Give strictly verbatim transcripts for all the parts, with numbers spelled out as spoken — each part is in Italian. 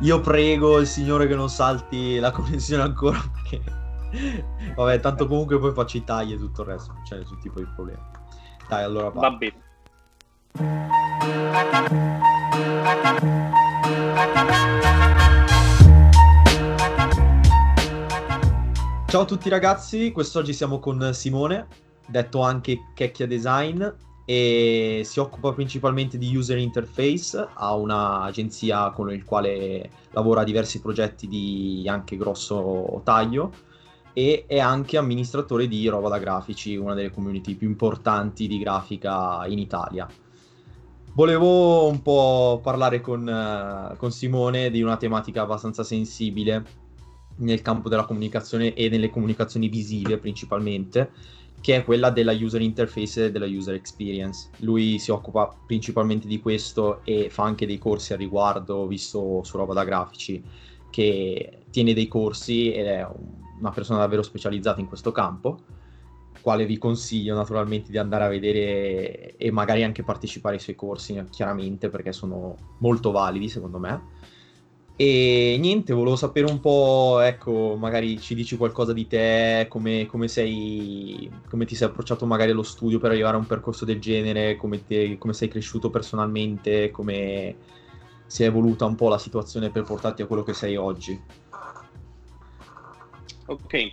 io prego il Signore che non salti la connessione ancora, perché vabbè, tanto comunque poi faccio i tagli e tutto il resto, non c'è nessun tipo di problema. Dai, allora va. Va bene. Ciao a tutti ragazzi, quest'oggi siamo con Simone, detto anche Checchia Design, e si occupa principalmente di user interface, ha un'agenzia con il quale lavora a diversi progetti di anche grosso taglio e è anche amministratore di Roba da Grafici, una delle community più importanti di grafica in Italia. Volevo un po' parlare con, eh, con Simone di una tematica abbastanza sensibile nel campo della comunicazione e nelle comunicazioni visive principalmente, che è quella della user interface e della user experience. Lui si occupa principalmente di questo e fa anche dei corsi al riguardo, visto su Roba da Grafici, che tiene dei corsi ed è una persona davvero specializzata in questo campo, quale vi consiglio naturalmente di andare a vedere e magari anche partecipare ai suoi corsi, chiaramente, perché sono molto validi secondo me. E niente, volevo sapere un po', ecco, magari ci dici qualcosa di te, come, come sei, come ti sei approcciato magari allo studio per arrivare a un percorso del genere, come, te, come sei cresciuto personalmente, come si è evoluta un po' la situazione per portarti a quello che sei oggi. Ok,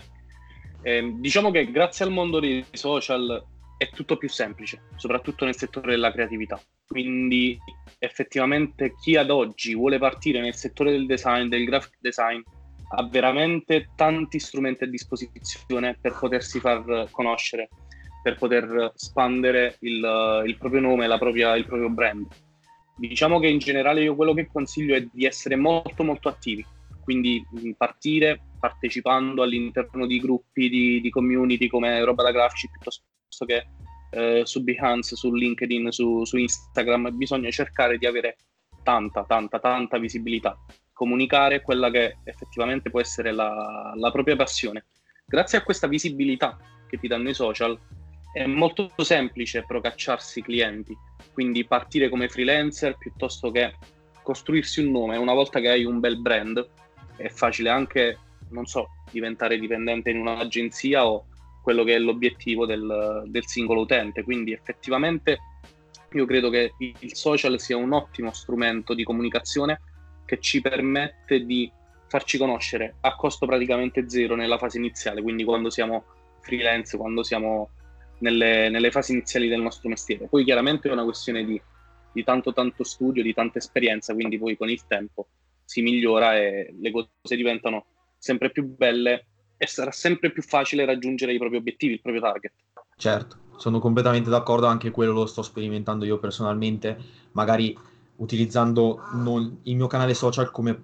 Eh, diciamo che grazie al mondo dei social è tutto più semplice, soprattutto nel settore della creatività. Quindi effettivamente chi ad oggi vuole partire nel settore del design, del graphic design, ha veramente tanti strumenti a disposizione per potersi far conoscere, per poter spandere il, il proprio nome, la propria, il proprio brand. Diciamo che in generale io quello che consiglio è di essere molto molto attivi, quindi partire partecipando all'interno di gruppi, di, di community come Roba da Grafici, piuttosto che eh, su Behance, su LinkedIn, su, su Instagram. Bisogna cercare di avere tanta, tanta, tanta visibilità, comunicare quella che effettivamente può essere la, la propria passione. Grazie a questa visibilità che ti danno i social è molto semplice procacciarsi clienti, quindi partire come freelancer piuttosto che costruirsi un nome. Una volta che hai un bel brand è facile anche, non so, diventare dipendente in un'agenzia o quello che è l'obiettivo del, del singolo utente. Quindi effettivamente io credo che il social sia un ottimo strumento di comunicazione che ci permette di farci conoscere a costo praticamente zero nella fase iniziale, quindi quando siamo freelance, quando siamo nelle, nelle fasi iniziali del nostro mestiere. Poi chiaramente è una questione di, di tanto tanto studio, di tanta esperienza, quindi poi con il tempo si migliora e le cose diventano sempre più belle e sarà sempre più facile raggiungere i propri obiettivi, il proprio target. Certo, sono completamente d'accordo, anche quello lo sto sperimentando io personalmente, magari utilizzando non- il mio canale social come,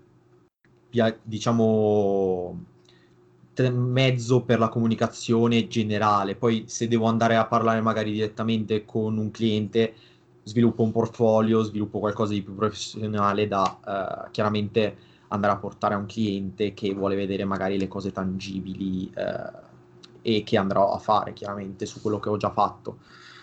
pia- diciamo, te- mezzo per la comunicazione generale. Poi se devo andare a parlare magari direttamente con un cliente, sviluppo un portfolio, sviluppo qualcosa di più professionale da eh, chiaramente andare a portare a un cliente che vuole vedere magari le cose tangibili eh, e che andrò a fare chiaramente su quello che ho già fatto.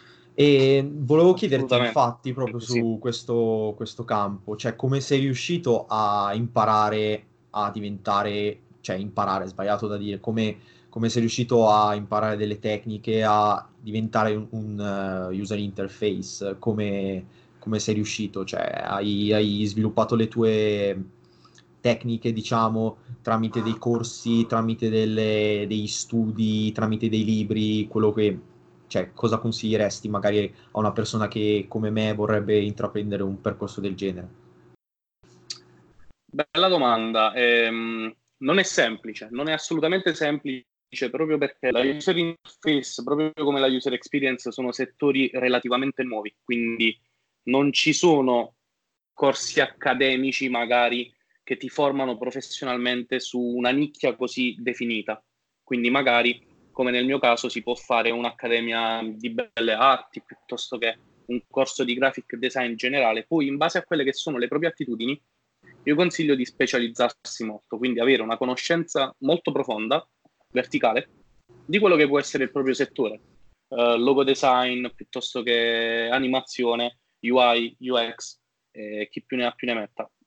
E volevo chiederti Assolutamente infatti proprio sì. su questo, questo campo, cioè come sei riuscito a imparare a diventare, cioè imparare, è sbagliato da dire, come, come sei riuscito a imparare delle tecniche, a diventare un, un, uh, user interface, come, come sei riuscito, cioè hai, hai sviluppato le tue tecniche, diciamo, tramite dei corsi, tramite delle, dei studi, tramite dei libri, quello che, cioè, cosa consiglieresti magari a una persona che come me vorrebbe intraprendere un percorso del genere? Bella domanda. Ehm, non è semplice, non è assolutamente semplice proprio perché la user interface, proprio come la user experience, sono settori relativamente nuovi, quindi non ci sono corsi accademici magari che ti formano professionalmente su una nicchia così definita. Quindi magari, come nel mio caso, si può fare un'accademia di belle arti piuttosto che un corso di graphic design generale. Poi, in base a quelle che sono le proprie attitudini, io consiglio di specializzarsi molto, quindi avere una conoscenza molto profonda, verticale, di quello che può essere il proprio settore. Uh, logo design piuttosto che animazione, U I, U X, eh, chi più ne ha più ne metta.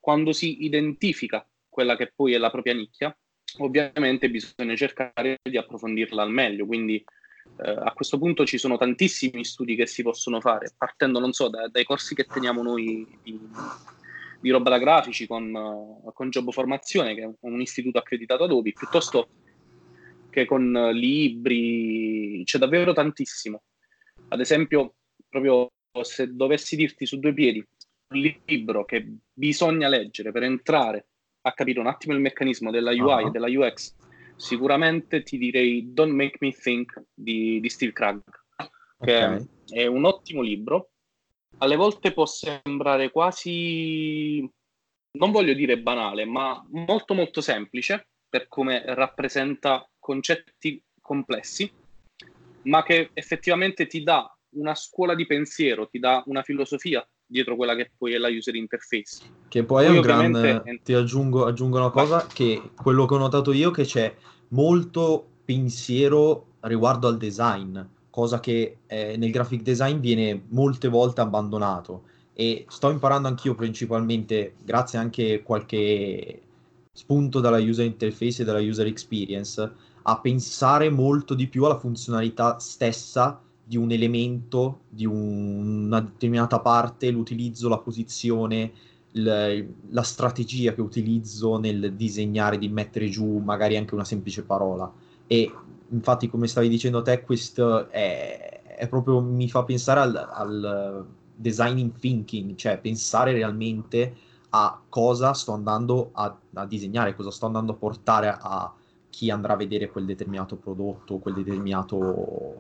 quando si identifica quella che poi è la propria nicchia, ovviamente bisogna cercare di approfondirla al meglio, quindi eh, a questo punto ci sono tantissimi studi che si possono fare, partendo, non so, da, dai corsi che teniamo noi di, di roba da grafici con, uh, con Job Formazione, che è un istituto accreditato Adobe, piuttosto che con uh, libri, c'è davvero tantissimo. Ad esempio, proprio se dovessi dirti su due piedi un libro che bisogna leggere per entrare a capire un attimo il meccanismo della U I uh-huh. e della U X, sicuramente ti direi Don't Make Me Think di, di Steve Krug, che okay. è un ottimo libro. Alle volte può sembrare quasi, non voglio dire banale, ma molto molto semplice per come rappresenta concetti complessi, ma che effettivamente ti dà una scuola di pensiero, ti dà una filosofia dietro quella che poi è la user interface. Che poi, poi è un gran... Ti aggiungo, aggiungo una cosa, vai. Che quello che ho notato io che c'è molto pensiero riguardo al design, cosa che eh, nel graphic design viene molte volte abbandonato, e sto imparando anch'io principalmente, grazie anche a qualche spunto dalla user interface e dalla user experience, a pensare molto di più alla funzionalità stessa di un elemento, di un, una determinata parte, l'utilizzo, la posizione, l, la strategia che utilizzo nel disegnare, di mettere giù magari anche una semplice parola. E infatti, come stavi dicendo te, questo è, è proprio, mi fa pensare al, al designing thinking, cioè pensare realmente a cosa sto andando a, a disegnare, cosa sto andando a portare a chi andrà a vedere quel determinato prodotto, quel determinato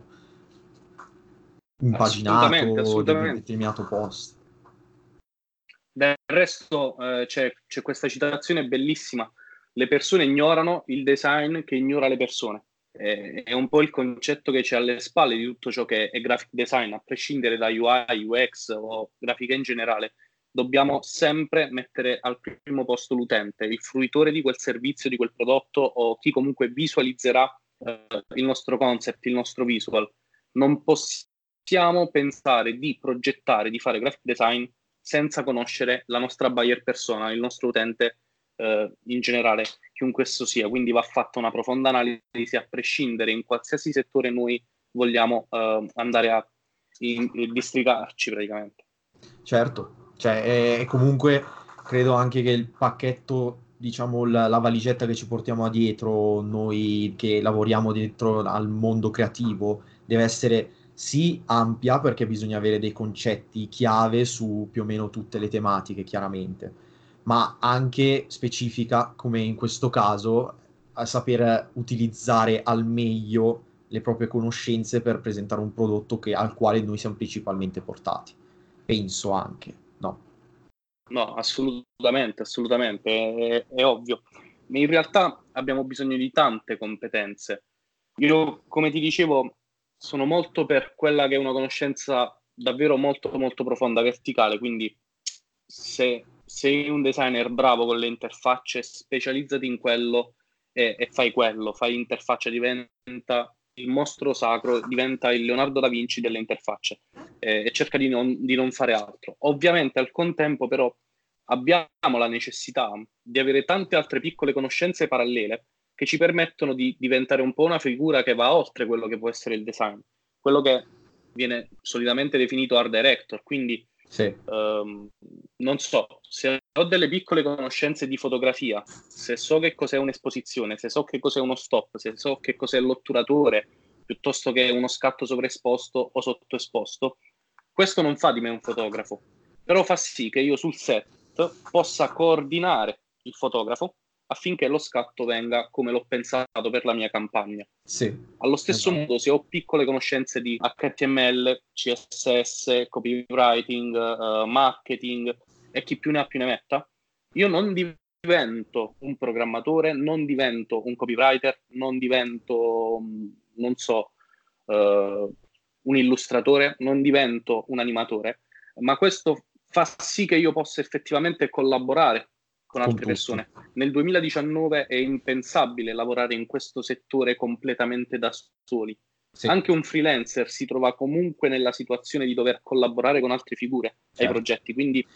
impaginato, assolutamente, assolutamente. di determinato post. Del resto eh, c'è, c'è questa citazione bellissima: le persone ignorano il design che ignora le persone. Eh, è un po' il concetto che c'è alle spalle di tutto ciò che è graphic design, a prescindere da U I, U X o grafica in generale. Dobbiamo sempre mettere al primo posto l'utente, il fruitore di quel servizio, di quel prodotto, o chi comunque visualizzerà eh, il nostro concept, il nostro visual. Non possiamo pensare di progettare, di fare graphic design senza conoscere la nostra buyer persona, il nostro utente eh, in generale, chiunque esso sia. Quindi va fatta una profonda analisi a prescindere in qualsiasi settore noi vogliamo eh, andare a in, in districarci praticamente. Certo, cioè è comunque credo anche che il pacchetto, diciamo la, la valigetta che ci portiamo dietro noi che lavoriamo dentro al mondo creativo deve essere sì ampia, perché bisogna avere dei concetti chiave su più o meno tutte le tematiche, chiaramente, ma anche specifica, come in questo caso, a saper utilizzare al meglio le proprie conoscenze per presentare un prodotto che, al quale noi siamo principalmente portati. Penso anche, no? No, assolutamente, assolutamente, è, è ovvio. Ma in realtà abbiamo bisogno di tante competenze. Io, come ti dicevo, sono molto per quella che è una conoscenza davvero molto, molto profonda, verticale, quindi se sei un designer bravo con le interfacce, specializzati in quello e, e fai quello, fai interfaccia, diventa il mostro sacro, diventa il Leonardo da Vinci delle interfacce eh, e cerca di non, di non fare altro. Ovviamente al contempo però abbiamo la necessità di avere tante altre piccole conoscenze parallele che ci permettono di diventare un po' una figura che va oltre quello che può essere il design, quello che viene solitamente definito art director, quindi sì. Um, non so, se ho delle piccole conoscenze di fotografia, se so che cos'è un'esposizione, se so che cos'è uno stop, se so che cos'è l'otturatore, piuttosto che uno scatto sovraesposto o sottoesposto, questo non fa di me un fotografo, però fa sì che io sul set possa coordinare il fotografo affinché lo scatto venga come l'ho pensato per la mia campagna. Sì, allo stesso esatto. modo, se ho piccole conoscenze di H T M L, C S S, copywriting, uh, marketing e chi più ne ha più ne metta, io non divento un programmatore, non divento un copywriter, non divento, non so, uh, un illustratore, non divento un animatore, ma questo fa sì che io possa effettivamente collaborare con altre con persone. Nel duemiladiciannove è impensabile lavorare in questo settore completamente da soli. Sì. Anche un freelancer si trova comunque nella situazione di dover collaborare con altre figure certo. ai progetti, quindi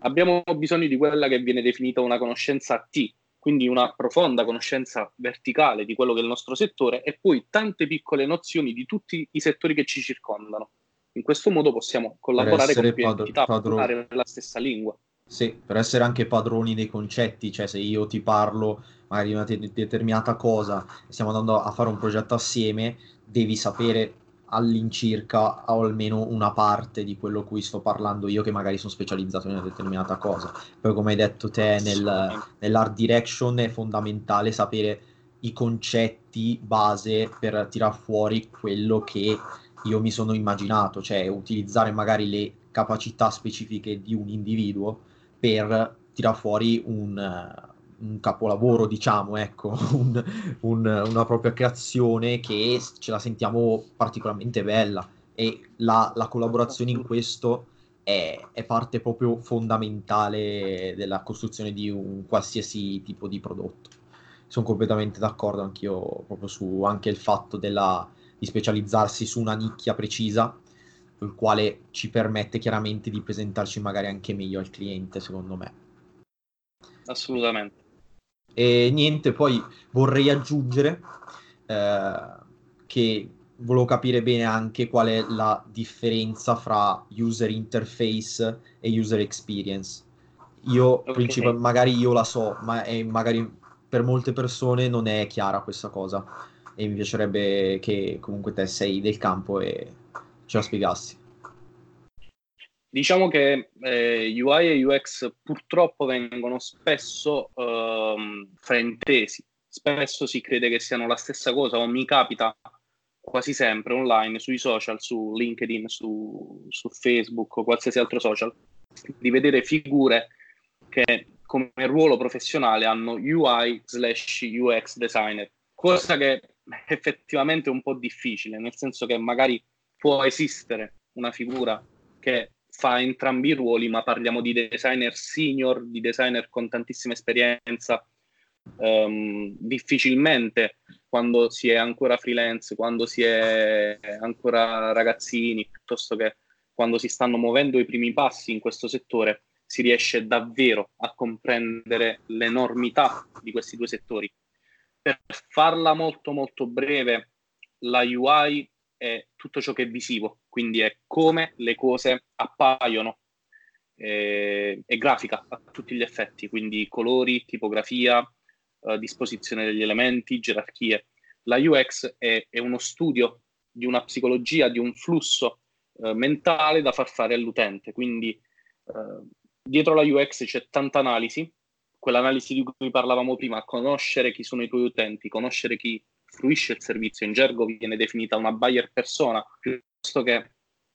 abbiamo bisogno di quella che viene definita una conoscenza a T, quindi una profonda conoscenza verticale di quello che è il nostro settore e poi tante piccole nozioni di tutti i settori che ci circondano. In questo modo possiamo Per collaborare con essere più padro- entità, padro- parlare la stessa lingua. Sì, per essere anche padroni dei concetti, cioè se io ti parlo magari di una te- determinata cosa e stiamo andando a fare un progetto assieme, devi sapere all'incirca o almeno una parte di quello cui sto parlando io, che magari sono specializzato in una determinata cosa. Poi come hai detto te, nel, Assolutamente. nell'art direction è fondamentale sapere i concetti base per tirar fuori quello che io mi sono immaginato, cioè utilizzare magari le capacità specifiche di un individuo per tirar fuori un, eh, un capolavoro, diciamo, ecco, un- un- una propria creazione che ce la sentiamo particolarmente bella, e la, la collaborazione in Assolutamente. questo è, è parte proprio fondamentale della costruzione di un qualsiasi tipo di prodotto. Sono completamente d'accordo anch'io proprio su anche il fatto della, di specializzarsi su una nicchia precisa, il quale ci permette chiaramente di presentarci magari anche meglio al cliente, secondo me. Assolutamente. E niente, poi vorrei aggiungere eh, che volevo capire bene anche qual è la differenza fra user interface e user experience. Io, Ok. principal- magari io la so, ma è- magari per molte persone non è chiara questa cosa. E mi piacerebbe che comunque te sei del campo e ce la spiegassi. Diciamo che eh, U I e U X purtroppo vengono spesso ehm, fraintesi, spesso si crede che siano la stessa cosa, o mi capita quasi sempre online, sui social, su LinkedIn, su, su Facebook o qualsiasi altro social, di vedere figure che come ruolo professionale hanno U I slash U X designer, cosa che effettivamente è un po' difficile, nel senso che magari può esistere una figura che fa entrambi i ruoli, ma parliamo di designer senior, di designer con tantissima esperienza. Um, difficilmente quando si è ancora freelance, quando si è ancora ragazzini, piuttosto che quando si stanno muovendo i primi passi in questo settore, si riesce davvero a comprendere l'enormità di questi due settori. Per farla molto molto breve, la U I è tutto ciò che è visivo, quindi è come le cose appaiono, eh, è grafica a tutti gli effetti, quindi colori, tipografia, eh, disposizione degli elementi, gerarchie. La U X è, è uno studio di una psicologia, di un flusso eh, mentale da far fare all'utente, quindi eh, dietro la U X c'è tanta analisi, quell'analisi di cui parlavamo prima, conoscere chi sono i tuoi utenti, conoscere chi fruisce il servizio, in gergo viene definita una buyer persona, piuttosto che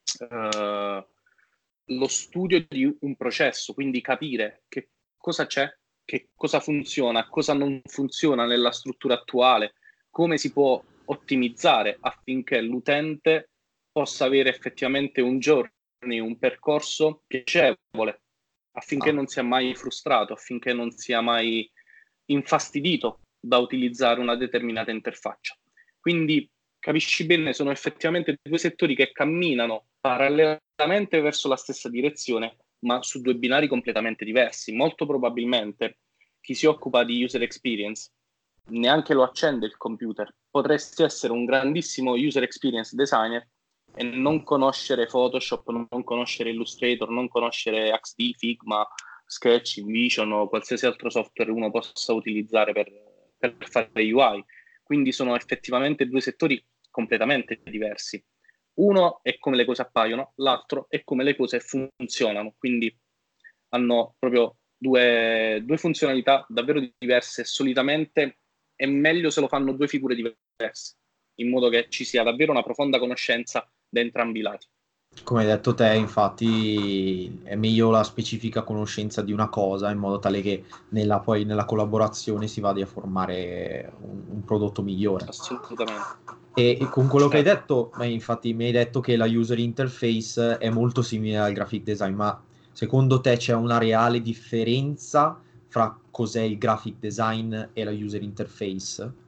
eh, lo studio di un processo, quindi capire che cosa c'è, che cosa funziona, cosa non funziona nella struttura attuale, come si può ottimizzare affinché l'utente possa avere effettivamente un journey, un percorso piacevole, affinché Ah, non sia mai frustrato, affinché non sia mai infastidito da utilizzare una determinata interfaccia. Quindi capisci bene, sono effettivamente due settori che camminano parallelamente verso la stessa direzione, ma su due binari completamente diversi. Molto probabilmente chi si occupa di user experience neanche lo accende il computer. Potresti essere un grandissimo user experience designer e non conoscere Photoshop, non conoscere Illustrator, non conoscere X D, Figma, Sketch, InVision o qualsiasi altro software uno possa utilizzare per, per fare U I. Quindi sono effettivamente due settori completamente diversi. Uno è come le cose appaiono, l'altro è come le cose funzionano. Quindi hanno proprio due, due funzionalità davvero diverse. Solitamente è meglio se lo fanno due figure diverse, in modo che ci sia davvero una profonda conoscenza da entrambi i lati. come hai detto te, infatti, è meglio la specifica conoscenza di una cosa in modo tale che nella, poi nella collaborazione si vada a formare un, un prodotto migliore. Assolutamente. E, e con quello che hai Certo. detto, beh, infatti mi hai detto che la user interface è molto simile al graphic design, ma secondo te c'è una reale differenza fra cos'è il graphic design e la user interface?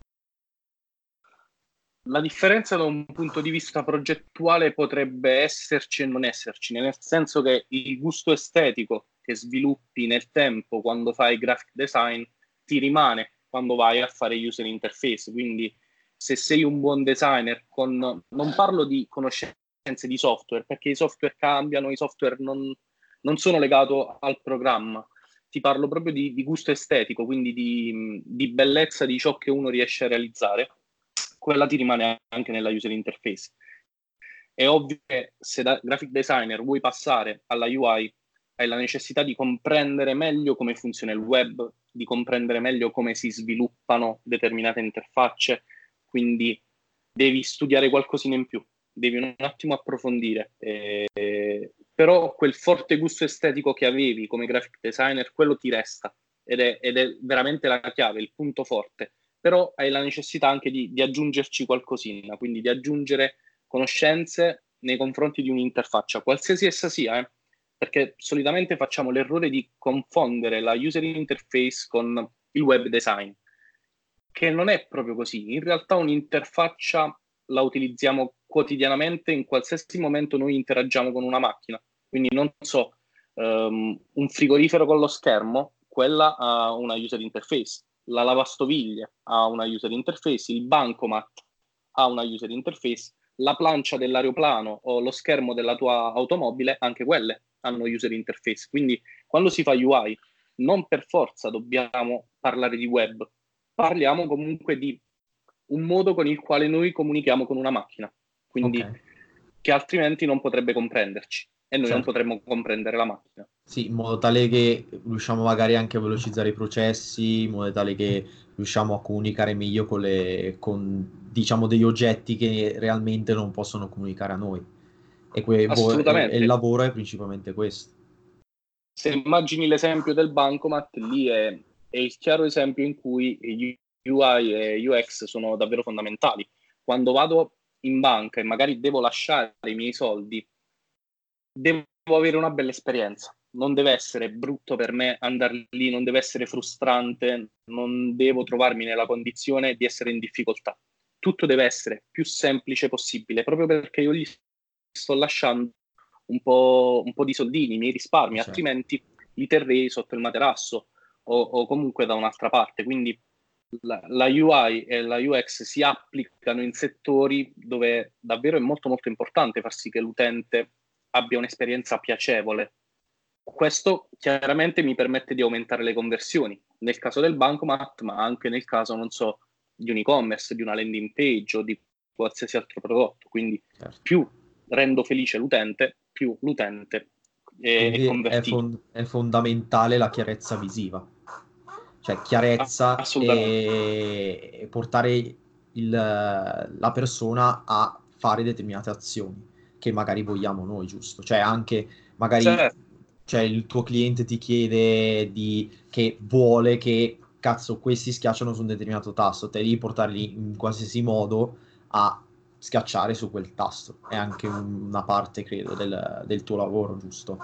La differenza da un punto di vista progettuale potrebbe esserci e non esserci, nel senso che il gusto estetico che sviluppi nel tempo quando fai graphic design ti rimane quando vai a fare user interface. Quindi se sei un buon designer, con, non parlo di conoscenze di software, perché i software cambiano, i software non, non sono legato al programma, ti parlo proprio di, di gusto estetico, quindi di, di bellezza di ciò che uno riesce a realizzare, quella ti rimane anche nella user interface. È ovvio che se da graphic designer vuoi passare alla U I, hai la necessità di comprendere meglio come funziona il web, di comprendere meglio come si sviluppano determinate interfacce, quindi devi studiare qualcosina in più, devi un attimo approfondire. Eh, però quel forte gusto estetico che avevi come graphic designer, quello ti resta ed è, ed è veramente la chiave, il punto forte. Però hai la necessità anche di, di aggiungerci qualcosina, quindi di aggiungere conoscenze nei confronti di un'interfaccia, qualsiasi essa sia, eh? Perché solitamente facciamo l'errore di confondere la user interface con il web design, che non è proprio così. In realtà un'interfaccia la utilizziamo quotidianamente in qualsiasi momento noi interagiamo con una macchina. Quindi non so, um, un frigorifero con lo schermo, quella ha una user interface, la lavastoviglie ha una user interface, il bancomat ha una user interface, la plancia dell'aeroplano o lo schermo della tua automobile, anche quelle hanno user interface. Quindi quando si fa U I non per forza dobbiamo parlare di web, parliamo comunque di un modo con il quale noi comunichiamo con una macchina, quindi Ok. che altrimenti non potrebbe comprenderci e noi non Certo. potremmo comprendere la macchina. Sì, in modo tale che riusciamo magari anche a velocizzare i processi, in modo tale che riusciamo a comunicare meglio con le, con, diciamo, degli oggetti che realmente non possono comunicare a noi. E, que- vo- e- e il Assolutamente. lavoro è principalmente questo. Se immagini l'esempio del bancomat, lì è, è il chiaro esempio in cui U I e U X sono davvero fondamentali. Quando vado in banca e magari devo lasciare i miei soldi, devo avere una bella esperienza. Non deve essere brutto per me andare lì, non deve essere frustrante, non devo trovarmi nella condizione di essere in difficoltà. Tutto deve essere più semplice possibile, proprio perché io gli sto lasciando un po', un po' di soldini, i miei risparmi, Certo. altrimenti li terrei sotto il materasso o, o comunque da un'altra parte. Quindi la, la U I e la U X si applicano in settori dove davvero è molto molto importante far sì che l'utente abbia un'esperienza piacevole. Questo chiaramente mi permette di aumentare le conversioni, nel caso del bancomat, ma anche nel caso, non so, di un e-commerce, di una landing page o di qualsiasi altro prodotto. Quindi Certo. più rendo felice l'utente, più l'utente è, è Quindi è, convertito. fon- è fondamentale la chiarezza visiva, cioè chiarezza Assolutamente. e, e portare il- la persona a fare determinate azioni che magari vogliamo noi, giusto? Cioè anche magari Certo. cioè, il tuo cliente ti chiede di, che vuole che cazzo questi schiacciano su un determinato tasto, te devi portarli in qualsiasi modo a schiacciare su quel tasto. È anche un- una parte, credo, del, del tuo lavoro, giusto?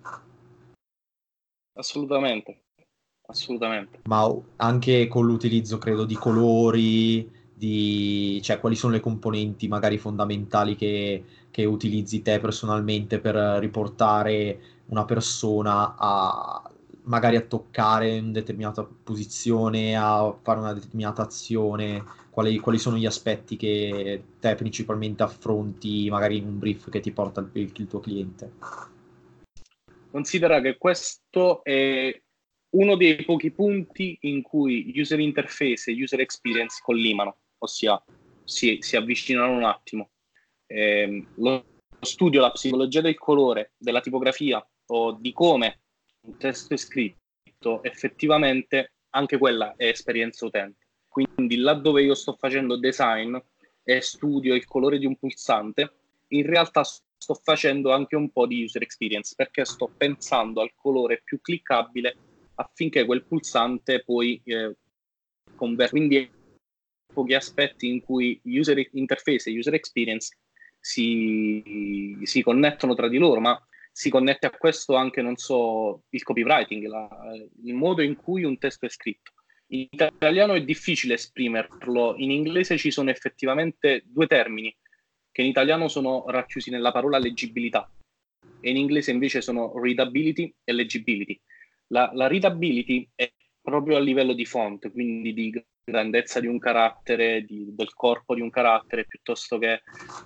Assolutamente, assolutamente. Ma anche con l'utilizzo, credo, di colori, di... cioè quali sono le componenti magari fondamentali che, che utilizzi te personalmente per riportare una persona a magari a toccare una determinata posizione, a fare una determinata azione, quali, quali sono gli aspetti che te principalmente affronti magari in un brief che ti porta il, il tuo cliente. Considera che questo è uno dei pochi punti in cui user interface e user experience collimano, ossia si, si avvicinano un attimo. Eh, lo studio, la psicologia del colore, della tipografia o di come un testo è scritto, effettivamente anche quella è esperienza utente. Quindi laddove io sto facendo design e studio il colore di un pulsante, in realtà sto facendo anche un po' di user experience, perché sto pensando al colore più cliccabile affinché quel pulsante poi eh, converta. Quindi pochi aspetti in cui user interface e user experience si, si connettono tra di loro, ma si connette a questo anche, non so, il copywriting, la, il modo in cui un testo è scritto. In italiano è difficile esprimerlo, in inglese ci sono effettivamente due termini che in italiano sono racchiusi nella parola leggibilità. e in inglese invece sono readability e legibility. La, la readability è proprio a livello di font, quindi di grandezza di un carattere, di, del corpo di un carattere, piuttosto che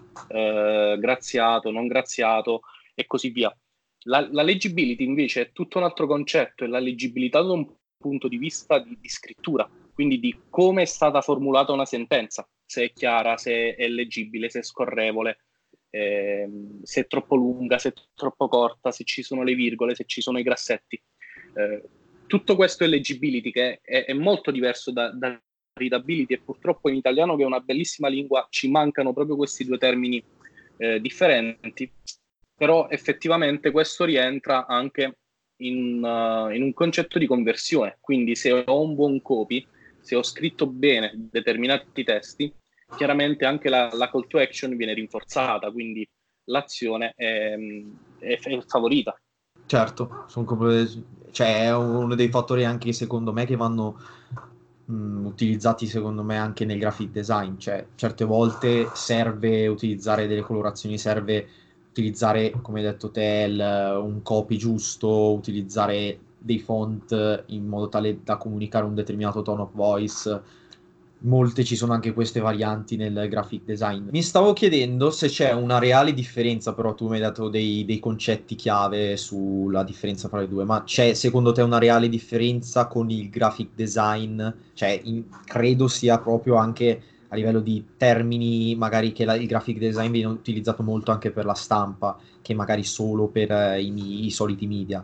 eh, graziato, non graziato e così via. La, la leggibility invece è tutto un altro concetto, è la leggibilità da un punto di vista di, di scrittura, quindi di come è stata formulata una sentenza, se è chiara, se è leggibile, se è scorrevole, eh, se è troppo lunga, se è troppo corta, se ci sono le virgole, se ci sono i grassetti. Eh, tutto questo è legibility, che è, è molto diverso da, da readability, e purtroppo in italiano, che è una bellissima lingua, ci mancano proprio questi due termini eh, differenti, però effettivamente questo rientra anche in, uh, in un concetto di conversione, quindi se ho un buon copy, se ho scritto bene determinati testi, chiaramente anche la, la call to action viene rinforzata, quindi l'azione è, è, è favorita. Certo, sono compl- cioè, è uno dei fattori anche secondo me che vanno mh, utilizzati secondo me anche nel graphic design, cioè certe volte serve utilizzare delle colorazioni, serve utilizzare, come hai detto te, il- un copy giusto, utilizzare dei font in modo tale da comunicare un determinato tone of voice. Molte ci sono anche queste varianti nel graphic design. Mi stavo chiedendo se c'è una reale differenza, però tu mi hai dato dei, dei concetti chiave sulla differenza tra le due, ma c'è secondo te una reale differenza con il graphic design? Cioè, in- credo sia proprio anche a livello di termini, magari che la- il graphic design viene utilizzato molto anche per la stampa, che magari solo per eh, i, i soliti media.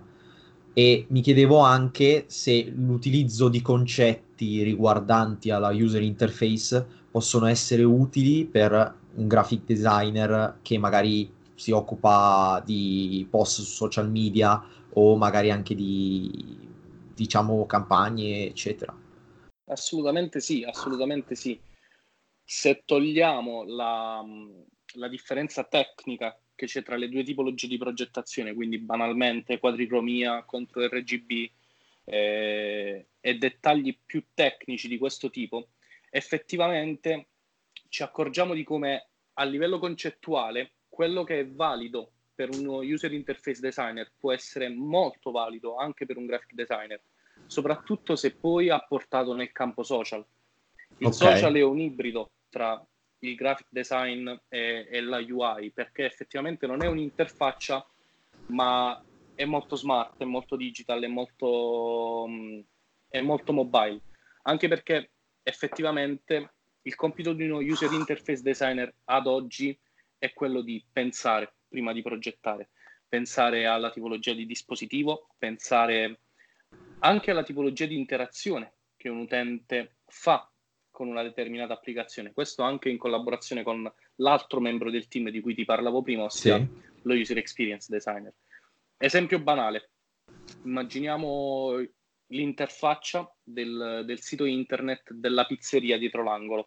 E mi chiedevo anche se l'utilizzo di concetti riguardanti alla user interface possono essere utili per un graphic designer che magari si occupa di post su social media o magari anche di, diciamo, campagne, eccetera. Assolutamente sì, assolutamente sì. Se togliamo la, la differenza tecnica che c'è tra le due tipologie di progettazione, quindi banalmente quadricromia contro R G B eh, e dettagli più tecnici di questo tipo, effettivamente ci accorgiamo di come a livello concettuale quello che è valido per uno user interface designer può essere molto valido anche per un graphic designer, soprattutto se poi apportato nel campo social. Il Ok, social è un ibrido tra il graphic design e, e la U I, perché effettivamente non è un'interfaccia, ma è molto smart, è molto digital, è molto, mh, è molto mobile, anche perché effettivamente il compito di uno user interface designer ad oggi è quello di pensare prima di progettare, pensare alla tipologia di dispositivo, pensare anche alla tipologia di interazione che un utente fa con una determinata applicazione. Questo anche in collaborazione con l'altro membro del team di cui ti parlavo prima, ossia sì, lo user experience designer. Esempio banale, immaginiamo l'interfaccia del, del sito internet della pizzeria dietro l'angolo.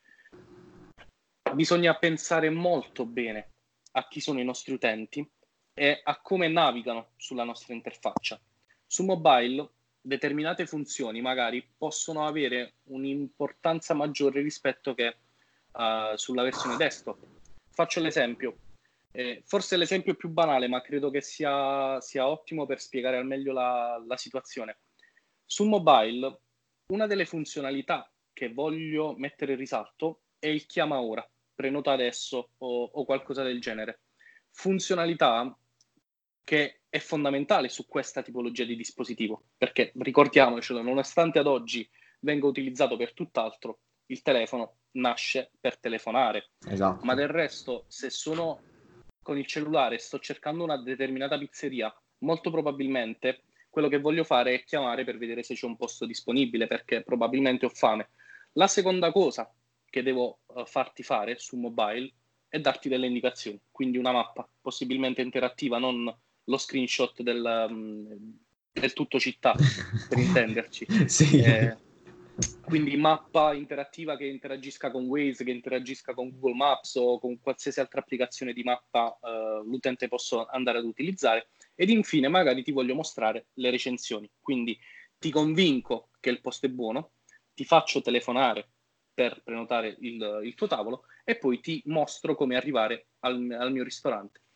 Bisogna pensare molto bene a chi sono i nostri utenti e a come navigano sulla nostra interfaccia. Su mobile determinate funzioni magari possono avere un'importanza maggiore rispetto che uh, sulla versione desktop. Faccio l'esempio, eh, forse l'esempio più banale, ma credo che sia, sia ottimo per spiegare al meglio la, la situazione. Su mobile, una delle funzionalità che voglio mettere in risalto è il chiama ora, prenota adesso o, o qualcosa del genere. Funzionalità che è fondamentale su questa tipologia di dispositivo, perché ricordiamocelo, nonostante ad oggi venga utilizzato per tutt'altro, il telefono nasce per telefonare, ma esatto. del resto, se sono con il cellulare e sto cercando una determinata pizzeria, molto probabilmente quello che voglio fare è chiamare per vedere se c'è un posto disponibile, perché probabilmente ho fame. La seconda cosa che devo uh, farti fare su mobile è darti delle indicazioni, quindi una mappa, possibilmente interattiva, non lo screenshot del, um, del tutto città, per intenderci. Sì. Eh, quindi mappa interattiva che interagisca con Waze, che interagisca con Google Maps o con qualsiasi altra applicazione di mappa eh, l'utente possa andare ad utilizzare. Ed infine magari ti voglio mostrare le recensioni, quindi ti convinco che il posto è buono, ti faccio telefonare per prenotare il, il tuo tavolo e poi ti mostro come arrivare al, al mio ristorante.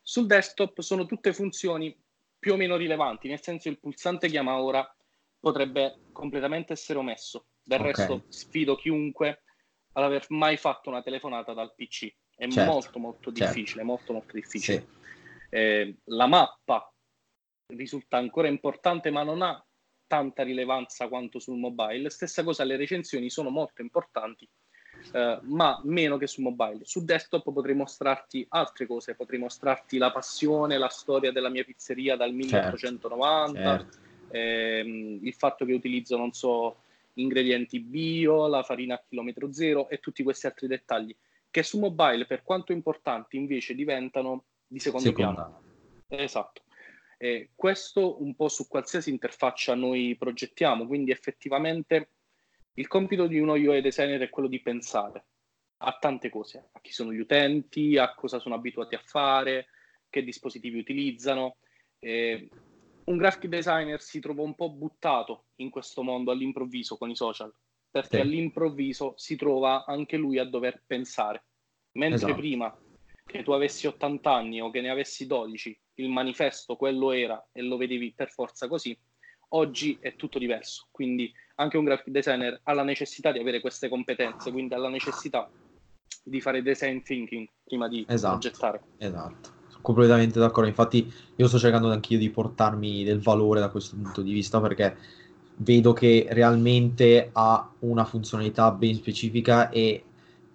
Sul desktop sono tutte funzioni più o meno rilevanti, nel senso il pulsante chiama ora potrebbe completamente essere omesso. Del Ok. resto sfido chiunque ad aver mai fatto una telefonata dal P C. È Certo, molto molto difficile, certo. molto molto difficile. Sì. Eh, la mappa risulta ancora importante, ma non ha tanta rilevanza quanto sul mobile. Stessa cosa, le recensioni sono molto importanti, eh, ma meno che su mobile. Su desktop potrei mostrarti altre cose, potrei mostrarti la passione, la storia della mia pizzeria dal Certo, milleottocentonovanta, certo. ehm, il fatto che utilizzo, non so, ingredienti bio, la farina a chilometro zero e tutti questi altri dettagli, che su mobile, per quanto importanti, invece diventano di secondo piano. Secondario. Esatto. Eh, questo un po' su qualsiasi interfaccia noi progettiamo, quindi effettivamente il compito di uno U I designer è quello di pensare a tante cose, a chi sono gli utenti, a cosa sono abituati a fare, che dispositivi utilizzano. Eh, un graphic designer si trova un po' buttato in questo mondo all'improvviso con i social, perché Sì, all'improvviso si trova anche lui a dover pensare, mentre esatto. prima che tu avessi ottanta anni o che ne avessi dodici, il manifesto quello era e lo vedevi per forza così, oggi è tutto diverso, quindi anche un graphic designer ha la necessità di avere queste competenze, quindi ha la necessità di fare design thinking prima di Esatto, progettare. esatto. Sono completamente d'accordo. Infatti, io sto cercando anch'io di portarmi del valore da questo punto di vista perché vedo che realmente ha una funzionalità ben specifica e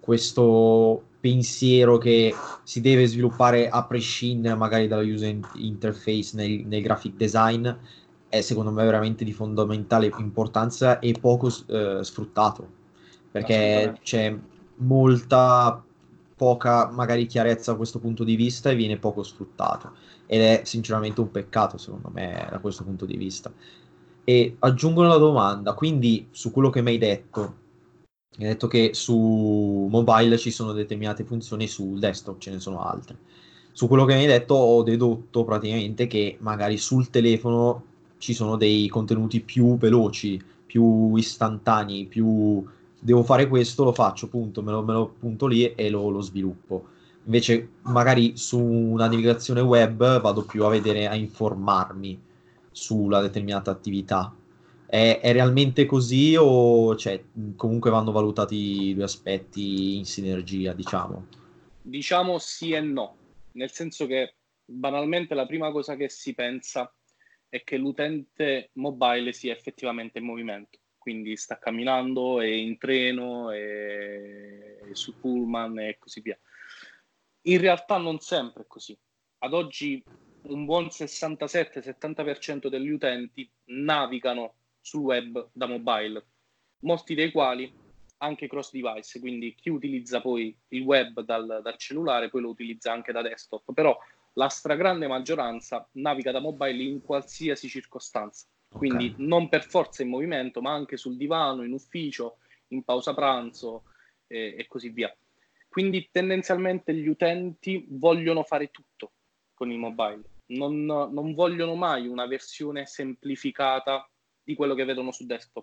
questo pensiero che si deve sviluppare a prescindere magari dalla user interface nel, nel graphic design è secondo me veramente di fondamentale importanza e poco eh, sfruttato perché Assolutamente. c'è molta poca magari chiarezza da questo punto di vista e viene poco sfruttato ed è sinceramente un peccato secondo me da questo punto di vista. E aggiungo una domanda, quindi su quello che mi hai detto, hai detto che su mobile ci sono determinate funzioni, sul desktop ce ne sono altre. Su quello che mi hai detto ho dedotto praticamente che magari sul telefono ci sono dei contenuti più veloci, più istantanei, più devo fare questo, lo faccio, punto, me lo, me lo punto lì e lo, lo sviluppo. Invece magari su una navigazione web vado più a vedere, a informarmi sulla determinata attività. È, è realmente così o cioè, comunque vanno valutati i due aspetti in sinergia, diciamo? Diciamo sì e no, nel senso che banalmente la prima cosa che si pensa è che l'utente mobile sia effettivamente in movimento, quindi sta camminando, è in treno, è sul pullman e così via. In realtà non sempre è così. Ad oggi un buon sessantasette settanta per cento degli utenti navigano sul web da mobile, molti dei quali anche cross device, quindi chi utilizza poi il web dal, dal cellulare poi lo utilizza anche da desktop, però la stragrande maggioranza naviga da mobile in qualsiasi circostanza, Ok, quindi non per forza in movimento, ma anche sul divano, in ufficio, in pausa pranzo eh, e così via. Quindi tendenzialmente gli utenti vogliono fare tutto con il mobile, non, non vogliono mai una versione semplificata di quello che vedono su desktop.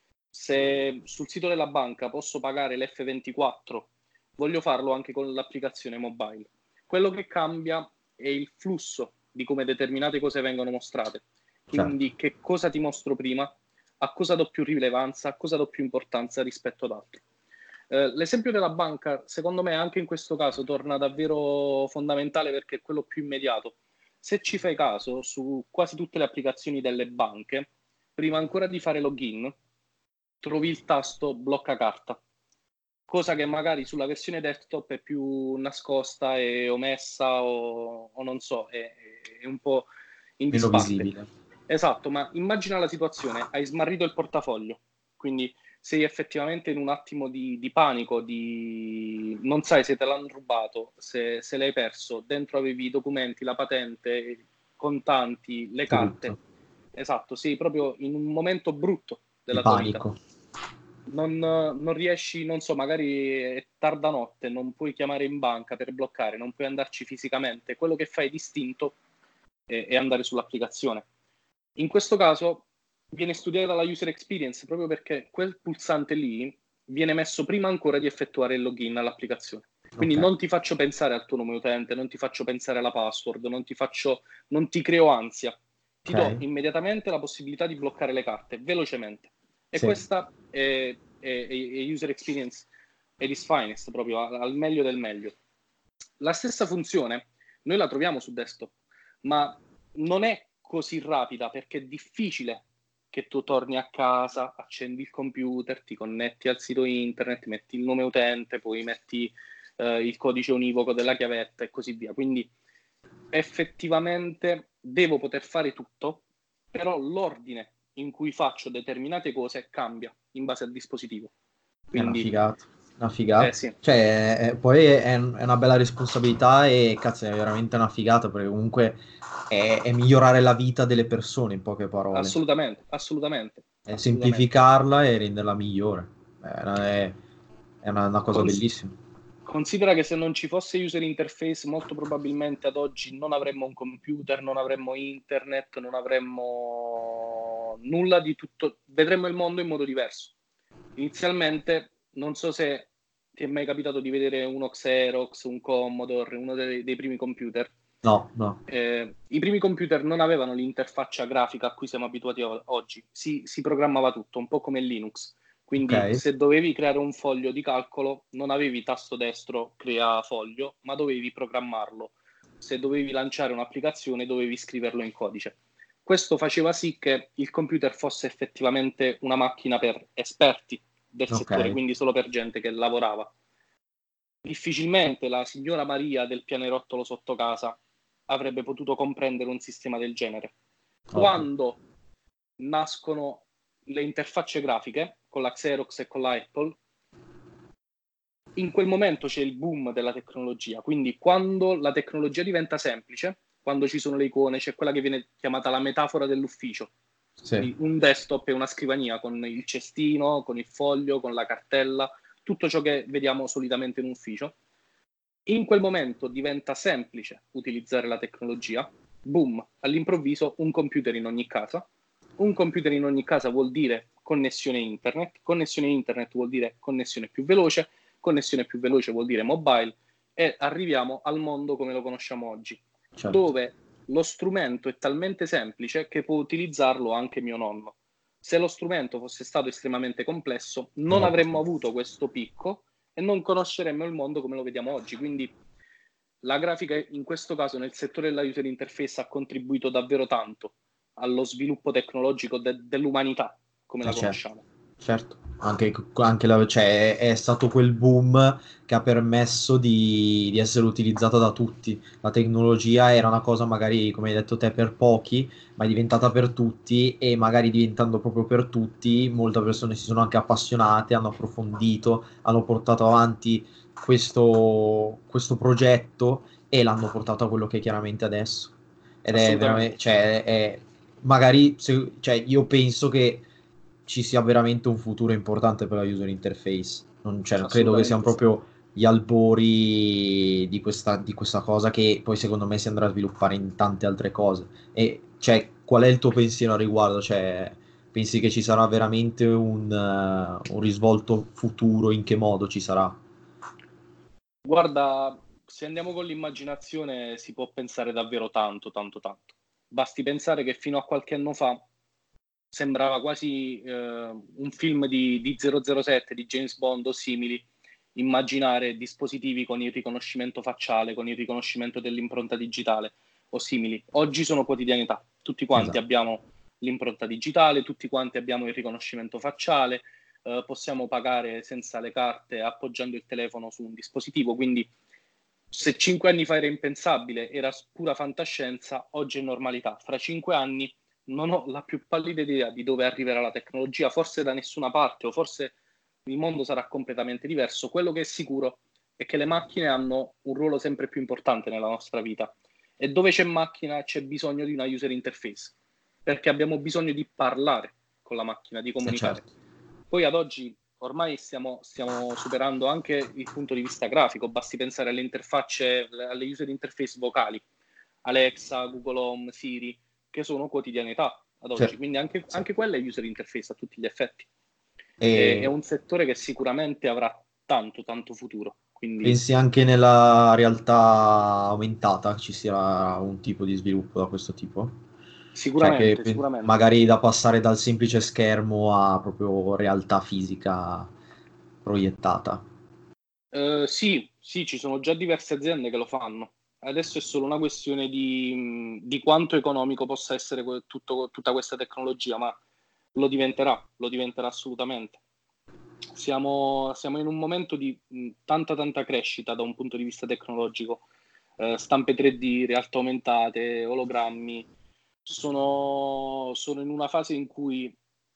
Se sul sito della banca posso pagare l'F ventiquattro, voglio farlo anche con l'applicazione mobile. Quello che cambia è il flusso di come determinate cose vengono mostrate. certo. Quindi che cosa ti mostro prima, a cosa do più rilevanza, a cosa do più importanza rispetto ad altro. Eh, l'esempio della banca, secondo me, anche in questo caso torna davvero fondamentale perché è quello più immediato. Se ci fai caso, su quasi tutte le applicazioni delle banche, prima ancora di fare login, trovi il tasto blocca carta, cosa che magari sulla versione desktop è più nascosta e omessa o, o non so, è, è un po' in Meno disparte. visibile. Esatto, ma immagina la situazione, hai smarrito il portafoglio, quindi sei effettivamente in un attimo di, di panico, di... non sai se te l'hanno rubato, se, se l'hai perso, dentro avevi i documenti, la patente, i contanti, le carte. Tutto. Esatto, sei proprio in un momento brutto Di della tua vita. panico. Non, non riesci, non so, magari è tarda notte, non puoi chiamare in banca per bloccare, non puoi andarci fisicamente. Quello che fai distinto è, è andare sull'applicazione. In questo caso viene studiata la user experience proprio perché quel pulsante lì viene messo prima ancora di effettuare il login all'applicazione. Quindi Ok. non ti faccio pensare al tuo nome utente, non ti faccio pensare alla password, non ti faccio, non ti creo ansia. Ti do Ok. immediatamente la possibilità di bloccare le carte velocemente. E Sì. questa è, è- è user experience at its finest, proprio al, al meglio del meglio. La stessa funzione noi la troviamo su desktop, ma non è così rapida perché è difficile che tu torni a casa, accendi il computer, ti connetti al sito internet, metti il nome utente, poi metti eh, il codice univoco della chiavetta e così via. Quindi effettivamente devo poter fare tutto, però l'ordine in cui faccio determinate cose cambia in base al dispositivo. È una Quindi, figata, una eh figata. sì, Cioè, è- poi è, è una bella responsabilità e cazzo, è veramente una figata perché comunque è, è migliorare la vita delle persone, in poche parole. assolutamente, assolutamente, È assolutamente. semplificarla e renderla migliore. È, una, è- è una- una cosa Cons- bellissima. Considera che se non ci fosse user interface, molto probabilmente ad oggi non avremmo un computer, non avremmo internet, non avremmo nulla di tutto, vedremmo il mondo in modo diverso. Inizialmente, non so se ti è mai capitato di vedere uno Xerox, un Commodore, uno dei, dei primi computer. No, no. Eh, I primi computer non avevano l'interfaccia grafica a cui siamo abituati o- oggi, si, si programmava tutto, un po' come Linux. Ok, Quindi se dovevi creare un foglio di calcolo, non avevi tasto destro crea foglio, ma dovevi programmarlo. Se dovevi lanciare un'applicazione, dovevi scriverlo in codice. Questo faceva sì che il computer fosse effettivamente una macchina per esperti del ok, settore, quindi solo per gente che lavorava. Difficilmente la signora Maria del pianerottolo sotto casa avrebbe potuto comprendere un sistema del genere. ovvio. Quando nascono le interfacce grafiche con la Xerox e con la Apple, in quel momento c'è il boom della tecnologia. Quindi quando la tecnologia diventa semplice, quando ci sono le icone, c'è quella che viene chiamata la metafora dell'ufficio. Sì, Quindi un desktop è una scrivania con il cestino, con il foglio, con la cartella, tutto ciò che vediamo solitamente in ufficio. In quel momento diventa semplice utilizzare la tecnologia. Boom, all'improvviso un computer in ogni casa. Un computer in ogni casa vuol dire connessione internet. Connessione internet vuol dire connessione più veloce. Connessione più veloce vuol dire mobile. E arriviamo al mondo come lo conosciamo oggi, certo. dove lo strumento è talmente semplice che può utilizzarlo anche mio nonno. Se lo strumento fosse stato estremamente complesso, non No, avremmo avuto questo picco e non conosceremmo il mondo come lo vediamo oggi. Quindi la grafica in questo caso nel settore della user interface ha contribuito davvero tanto allo sviluppo tecnologico de- dell'umanità come eh, la certo, conosciamo. certo. Anche, anche la- cioè, è, è stato quel boom che ha permesso di, di essere utilizzata da tutti. La tecnologia era una cosa magari, come hai detto te, per pochi, ma è diventata per tutti e magari diventando proprio per tutti, molte persone si sono anche appassionate, hanno approfondito, hanno portato avanti questo, questo progetto e l'hanno portato a quello che è chiaramente adesso. Ed è veramente, Assolutamente, cioè, è, magari, se- cioè, io penso che ci sia veramente un futuro importante per la user interface. Non, cioè, non credo che siano assolutamente sì. proprio gli albori di questa, di questa cosa che poi secondo me si andrà a sviluppare in tante altre cose. E cioè, qual è il tuo pensiero a riguardo? Cioè, pensi che ci sarà veramente un, eh, un risvolto futuro? In che modo ci sarà? Guarda, se andiamo con l'immaginazione si può pensare davvero tanto, tanto, tanto. Basti pensare che fino a qualche anno fa sembrava quasi eh, un film di, di zero zero sette, di James Bond o simili, immaginare dispositivi con il riconoscimento facciale, con il riconoscimento dell'impronta digitale o simili. Oggi sono quotidianità. Tutti quanti Esatto, abbiamo l'impronta digitale, tutti quanti abbiamo il riconoscimento facciale, eh, possiamo pagare senza le carte appoggiando il telefono su un dispositivo, quindi se cinque anni fa era impensabile, era pura fantascienza, oggi è normalità. Fra cinque anni non ho la più pallida idea di dove arriverà la tecnologia, forse da nessuna parte o forse il mondo sarà completamente diverso. Quello che è sicuro è che le macchine hanno un ruolo sempre più importante nella nostra vita e dove c'è macchina c'è bisogno di una user interface, perché abbiamo bisogno di parlare con la macchina, di è comunicare. certo. Poi ad oggi ormai stiamo, stiamo superando anche il punto di vista grafico, basti pensare alle interfacce, alle user interface vocali, Alexa, Google Home, Siri, che sono quotidianità ad Sì, oggi, quindi anche, sì. anche quella è user interface a tutti gli effetti. È, è E un settore che sicuramente avrà tanto, tanto futuro, Quindi... Pensi anche nella realtà aumentata ci sia un tipo di sviluppo da questo tipo? Cioè che Sicuramente, pe- sicuramente. magari da passare dal semplice schermo a proprio realtà fisica proiettata. Eh, sì, sì, ci sono già diverse aziende che lo fanno. Adesso è solo una questione di, di quanto economico possa essere que- tutto- tutta questa tecnologia, ma lo diventerà, lo diventerà assolutamente. Siamo, siamo in un momento di mh, tanta, tanta crescita da un punto di vista tecnologico. Eh, stampe tre D, realtà aumentate, ologrammi. Sono, sono in una fase in cui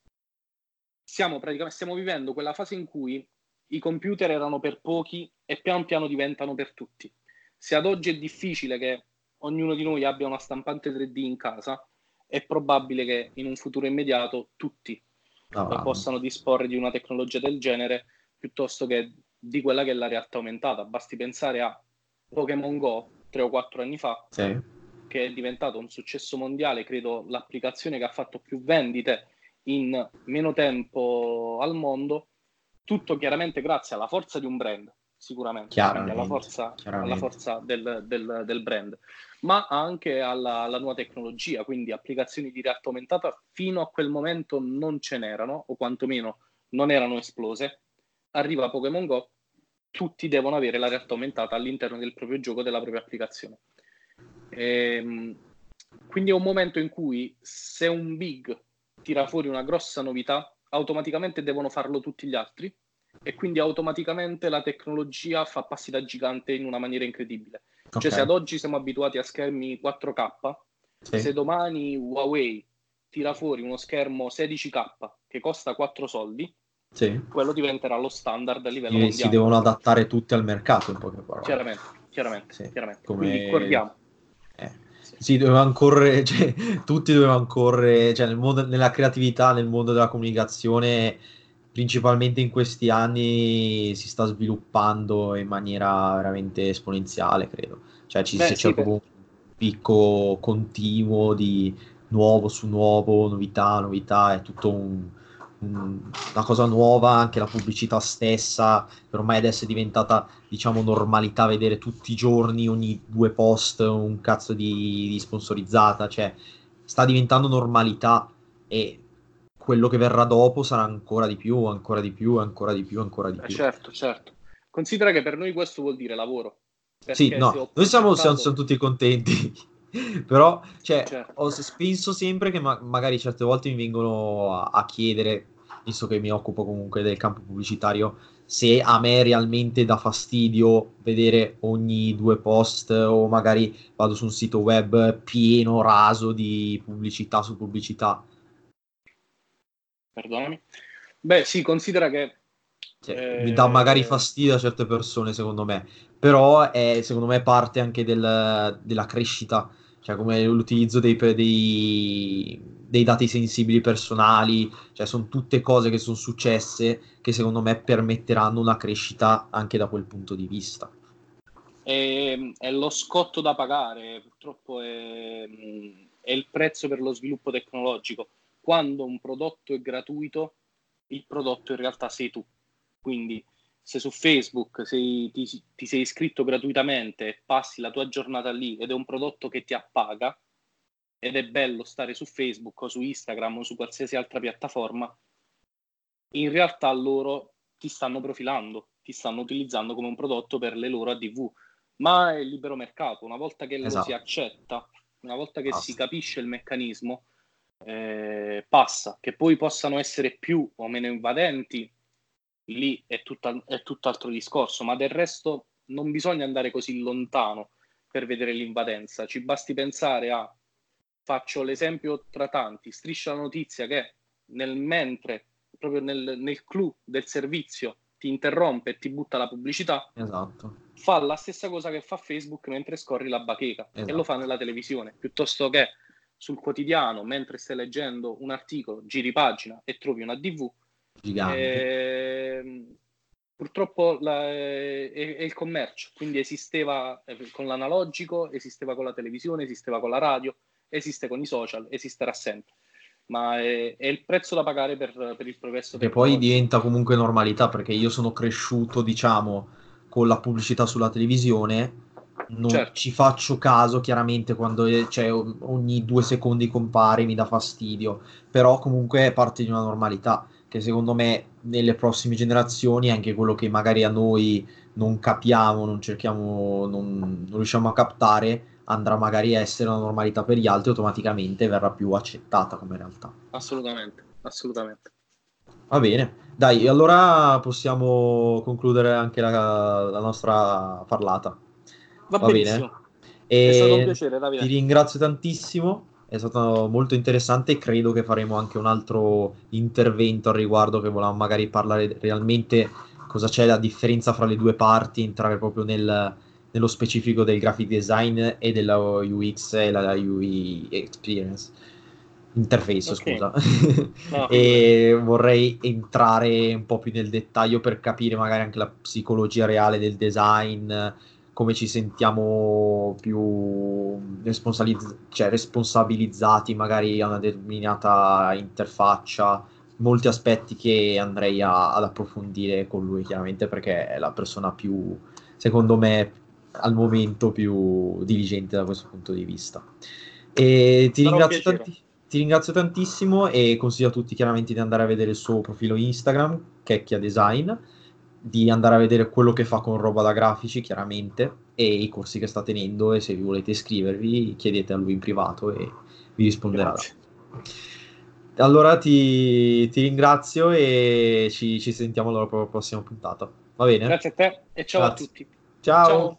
stiamo praticamente stiamo vivendo quella fase in cui i computer erano per pochi e pian piano diventano per tutti. Se ad oggi è difficile che ognuno di noi abbia una stampante tre D in casa, è probabile che in un futuro immediato tutti eh, Avranno. possano disporre di una tecnologia del genere piuttosto che di quella che è la realtà aumentata. Basti pensare a Pokémon Go tre o quattro anni fa, Sì. che è diventato un successo mondiale, credo l'applicazione che ha fatto più vendite in meno tempo al mondo, tutto chiaramente grazie alla forza di un brand, sicuramente, quindi alla Chiaramente, forza, alla chiaramente. forza del, del, del brand, ma anche alla, alla nuova tecnologia, quindi applicazioni di realtà aumentata fino a quel momento non ce n'erano, o quantomeno non erano esplose. Arriva Pokémon Go, tutti devono avere la realtà aumentata all'interno del proprio gioco, della propria applicazione. Ehm, quindi è un momento in cui se un big tira fuori una grossa novità, automaticamente devono farlo tutti gli altri e quindi automaticamente la tecnologia fa passi da gigante in una maniera incredibile. Cioè Ok. se ad oggi siamo abituati a schermi quattro K, Sì. se domani Huawei tira fuori uno schermo sedici K che costa quattro soldi, Sì. quello diventerà lo standard a livello Si, si mondiale. devono adattare tutti al mercato, in poche parole. Chiaramente, chiaramente, Sì. chiaramente. Quindi Come... corriamo. eh. Sì. Sì, dovevamo correre, cioè, tutti dovevano correre, cioè, nel mondo, nella creatività, nel mondo della comunicazione, principalmente in questi anni, si sta sviluppando in maniera veramente esponenziale, credo. Cioè, ci, Beh, c'è sì, proprio per... un picco continuo di nuovo su nuovo, novità, novità, è tutto un- un- una cosa nuova, anche la pubblicità stessa, per ormai adesso è diventata, diciamo, normalità vedere tutti i giorni, ogni due post, un cazzo di, di sponsorizzata, cioè sta diventando normalità e quello che verrà dopo sarà ancora di più, ancora di più, ancora di più, ancora di eh, più. certo, certo. Considera che per noi questo vuol dire lavoro, Sì, perché se no, ho noi siamo, siamo- siamo progettato... tutti contenti, però cioè, Certo. ho- penso sempre che ma- magari certe volte mi vengono a, a chiedere, visto che mi occupo comunque del campo pubblicitario, se a me realmente dà fastidio vedere ogni due post o magari vado su un sito web pieno, raso di pubblicità su pubblicità. Perdonami. Beh, sì, considera che... Cioè, mi dà magari eh, fastidio a certe persone, secondo me, però è, secondo me, parte anche del- della crescita, cioè come l'utilizzo dei, dei- dei dati sensibili personali, cioè sono tutte cose che sono successe che secondo me permetteranno una crescita anche da quel punto di vista. è, è lo scotto da pagare, purtroppo è, è il prezzo per lo sviluppo tecnologico. Quando un prodotto è gratuito, il prodotto in realtà sei tu. Quindi se su Facebook sei, ti, ti sei iscritto gratuitamente e passi la tua giornata lì ed è un prodotto che ti appaga, ed è bello stare su Facebook o su Instagram o su qualsiasi altra piattaforma, in realtà loro ti stanno profilando, ti stanno utilizzando come un prodotto per le loro A D V, ma è il libero mercato, una volta che lo si Esatto, accetta, una volta che si basta. capisce il meccanismo, eh, passa. Che poi possano essere più o meno invadenti, lì è, tutta, è tutt'altro discorso, ma del resto non bisogna andare così lontano per vedere l'invadenza, ci basti pensare a, faccio l'esempio tra tanti, Striscia la Notizia che nel mentre, proprio nel, nel clou del servizio, ti interrompe e ti butta la pubblicità, Esatto, fa la stessa cosa che fa Facebook mentre scorri la bacheca e lo fa esatto. nella televisione, piuttosto che sul quotidiano, mentre stai leggendo un articolo, giri pagina e trovi una D V. Gigante. Eh, purtroppo la, è, è il commercio, quindi esisteva con l'analogico, esisteva con la televisione, esisteva con la radio, esiste con i social, esisterà sempre, ma è, è il prezzo da pagare per, per il progresso Che poi tecnologico. diventa comunque normalità, perché io sono cresciuto, diciamo, con la pubblicità sulla televisione non Certo. ci faccio caso chiaramente quando è- cioè, o- ogni due secondi compare, mi dà fastidio, però comunque è parte di una normalità che secondo me nelle prossime generazioni, anche quello che magari a noi non capiamo, non cerchiamo, non, non riusciamo a captare, andrà magari a essere una normalità per gli altri, automaticamente verrà più accettata come realtà. Assolutamente, assolutamente. Va bene, dai, allora possiamo concludere anche la, la nostra parlata. Va Va bene? benissimo. È stato un E piacere, ti Davide. ringrazio tantissimo, è stato molto interessante e credo che faremo anche un altro intervento al riguardo, che volevamo magari parlare realmente cosa c'è la differenza fra le due parti, entrare proprio nel- nello specifico del graphic design e della U X e la U I experience. Interface, Ok. scusa. No, figurati. E vorrei entrare un po' più nel dettaglio per capire magari anche la psicologia reale del design, come ci sentiamo più responsabilizz- cioè responsabilizzati magari a una determinata interfaccia, molti aspetti che andrei a- ad approfondire con lui, chiaramente, perché è la persona più, secondo me, al momento più diligente da questo punto di vista. E ti Sarà un ringrazio piacere. tanti- ti ringrazio tantissimo e consiglio a tutti chiaramente di andare a vedere il suo profilo Instagram, Checchia Design, di andare a vedere quello che fa con roba da grafici, chiaramente, e i corsi che sta tenendo, e se vi volete iscrivervi chiedete a lui in privato e vi risponderà. Grazie. Allora ti, ti ringrazio e ci, ci sentiamo alla prossima puntata. Va bene? Grazie a te e ciao a Grazie. tutti. Ciao. Ciao.